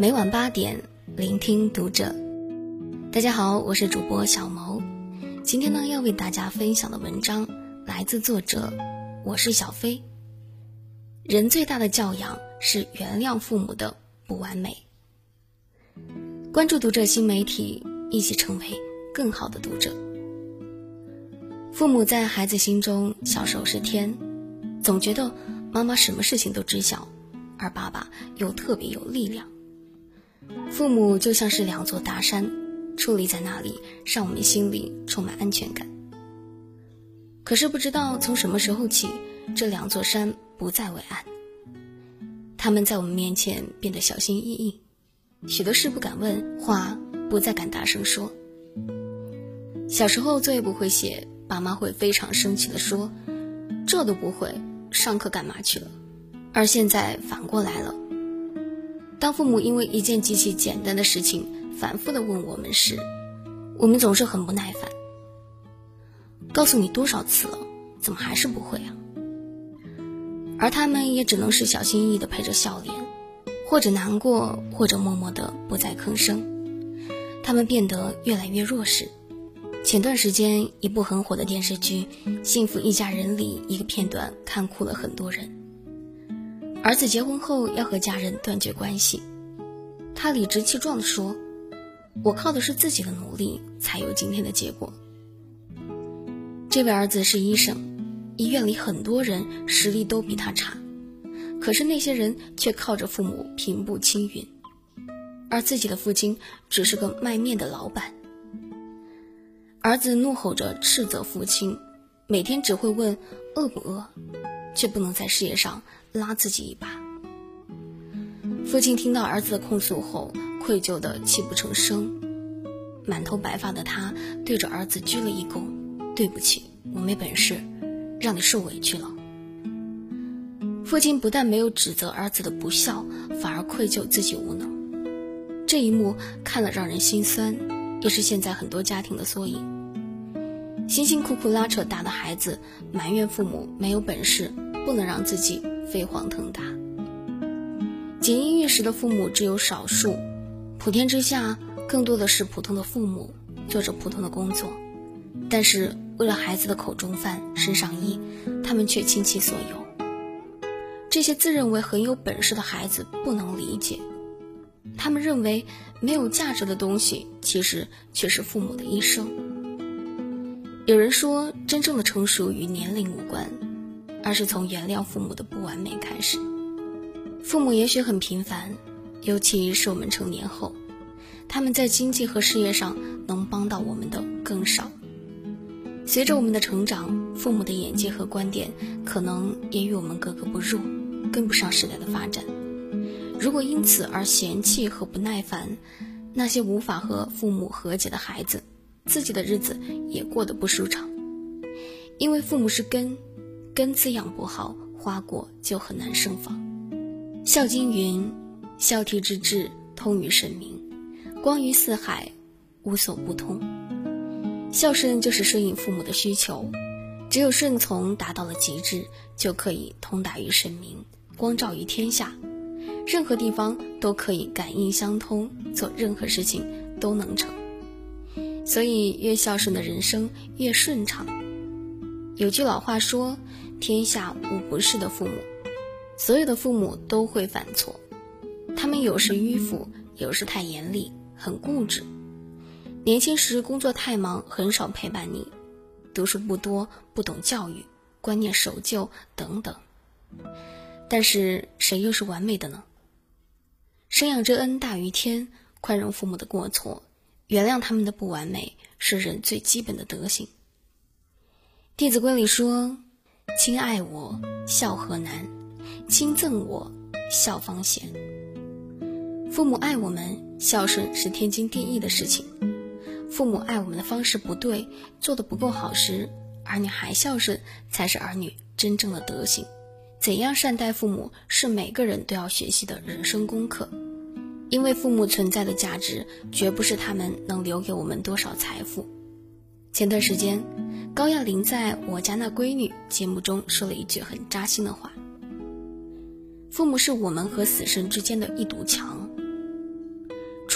每晚8点，聆听读者。大家好，我是主播小谋。今天呢，要为大家分享的文章来自作者我是小飞。人最大的教养是原谅父母的不完美。关注读者新媒体，一起成为更好的读者。父母在孩子心中小时候是天，总觉得妈妈什么事情都知晓，而爸爸又特别有力量。父母就像是两座大山，矗立在那里，让我们心里充满安全感。可是不知道从什么时候起，这两座山不再为岸，他们在我们面前变得小心翼翼，许多事不敢问，话不再敢大声说。小时候作业不会写，爸妈会非常生气地说，这都不会，上课干嘛去了？而现在反过来了，当父母因为一件极其简单的事情反复地问我们时，我们总是很不耐烦，告诉你多少次了，怎么还是不会啊？而他们也只能是小心翼翼地陪着笑脸，或者难过，或者默默地不再吭声。他们变得越来越弱势。前段时间一部很火的电视剧《幸福一家人》里一个片段看哭了很多人。儿子结婚后要和家人断绝关系，他理直气壮地说，我靠的是自己的努力才有今天的结果。这位儿子是医生，医院里很多人实力都比他差，可是那些人却靠着父母平步青云，而自己的父亲只是个卖面的老板。儿子怒吼着斥责父亲，每天只会问饿不饿，却不能在事业上拉自己一把。父亲听到儿子的控诉后，愧疚得泣不成声，满头白发的他对着儿子鞠了一躬，对不起，我没本事，让你受委屈了。父亲不但没有指责儿子的不孝，反而愧疚自己无能。这一幕看了让人心酸，也是现在很多家庭的缩影。辛辛苦苦拉扯大的孩子埋怨父母没有本事，不能让自己飞黄腾达。锦衣玉食的父母只有少数，普天之下更多的是普通的父母，做着普通的工作，但是为了孩子的口中饭身上衣，他们却倾其所有。这些自认为很有本事的孩子不能理解，他们认为没有价值的东西其实却是父母的一生。有人说，真正的成熟与年龄无关，而是从原谅父母的不完美开始。父母也许很平凡，尤其是我们成年后，他们在经济和事业上能帮到我们的更少。随着我们的成长，父母的眼界和观点可能也与我们格格不入，跟不上时代的发展。如果因此而嫌弃和不耐烦，那些无法和父母和解的孩子，自己的日子也过得不舒畅。因为父母是根滋养不好，花果就很难盛放。孝经云，孝悌之志，通于神明，光于四海，无所不通。孝顺就是顺应父母的需求，只有顺从达到了极致，就可以通达于神明，光照于天下，任何地方都可以感应相通，做任何事情都能成。所以越孝顺的人生越顺畅。有句老话说，天下无不是的父母，所有的父母都会犯错，他们有时迂腐，有时太严厉，很固执。年轻时工作太忙，很少陪伴你，读书不多，不懂教育，观念守旧等等。但是谁又是完美的呢？生养之恩大于天，宽容父母的过错，原谅他们的不完美，是人最基本的德行。弟子规里说，亲爱我，孝何难，亲憎我，孝方贤。父母爱我们，孝顺是天经地义的事情。父母爱我们的方式不对，做得不够好时，儿女还孝顺，才是儿女真正的德行。怎样善待父母，是每个人都要学习的人生功课。因为父母存在的价值，绝不是他们能留给我们多少财富。前段时间，高亚麟在我家那闺女节目中说了一句很扎心的话，父母是我们和死神之间的一堵墙，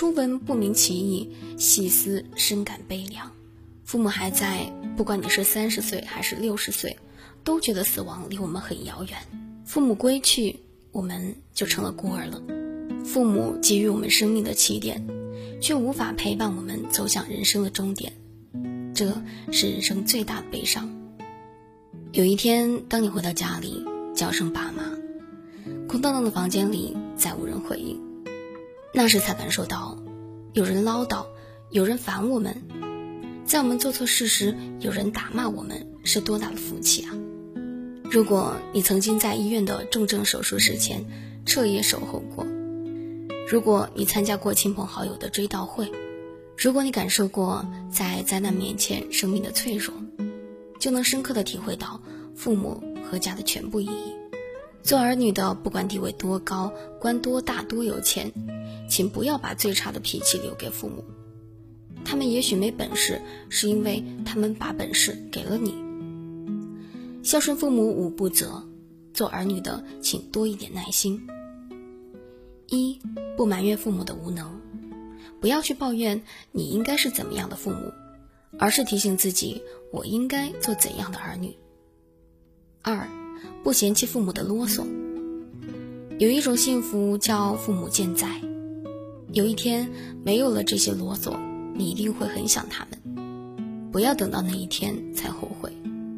初闻不明其意，细思深感悲凉。父母还在，不管你是30岁还是60岁，都觉得死亡离我们很遥远。父母归去，我们就成了孤儿了。父母给予我们生命的起点，却无法陪伴我们走向人生的终点，这是人生最大的悲伤。有一天，当你回到家里，叫声爸妈，空荡荡的房间里再无人回应，那时才感受到有人唠叨，有人烦我们，在我们做错事时有人打骂我们，是多大的福气啊！如果你曾经在医院的重症手术室前彻夜守候过，如果你参加过亲朋好友的追悼会，如果你感受过在灾难面前生命的脆弱，就能深刻地体会到父母和家的全部意义。做儿女的，不管地位多高，官多大，多有钱，请不要把最差的脾气留给父母。他们也许没本事，是因为他们把本事给了你。孝顺父母五不责，做儿女的请多一点耐心。一，不埋怨父母的无能，不要去抱怨你应该是怎么样的父母，而是提醒自己我应该做怎样的儿女。二，不嫌弃父母的啰嗦。有一种幸福叫父母健在，有一天没有了这些啰嗦，你一定会很想他们，不要等到那一天才后悔。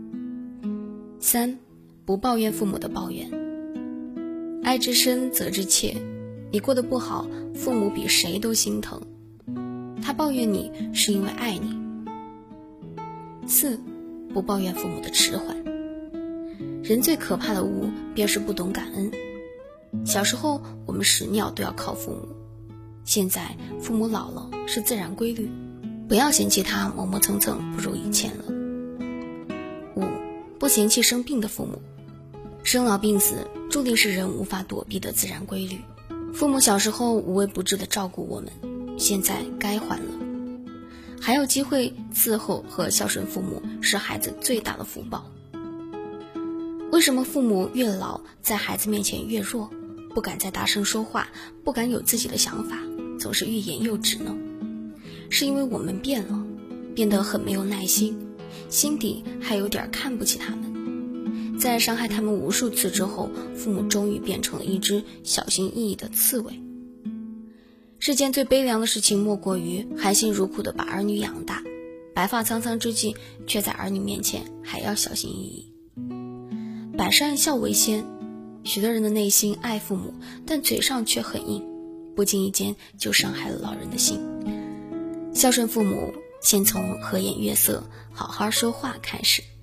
三，不抱怨父母的抱怨。爱之深责之切，你过得不好，父母比谁都心疼，他抱怨你是因为爱你。四，不抱怨父母的迟缓。人最可怕的物便是不懂感恩。小时候我们屎尿都要靠父母，现在父母老了是自然规律，不要嫌弃他磨磨蹭蹭不如以前了。五，不嫌弃生病的父母。生老病死注定是人无法躲避的自然规律，父母小时候无微不至地照顾我们，现在该还了。还有机会伺候和孝顺父母是孩子最大的福报。为什么父母越老在孩子面前越弱，不敢再大声说话，不敢有自己的想法，总是欲言又止呢？是因为我们变了，变得很没有耐心，心底还有点看不起他们。在伤害他们无数次之后，父母终于变成了一只小心翼翼的刺猬。世间最悲凉的事情莫过于含辛茹苦地把儿女养大，白发苍苍之际却在儿女面前还要小心翼翼。百善孝为先，许多人的内心爱父母，但嘴上却很硬，不经意间就伤害了老人的心。孝顺父母，先从和颜悦色好好说话开始。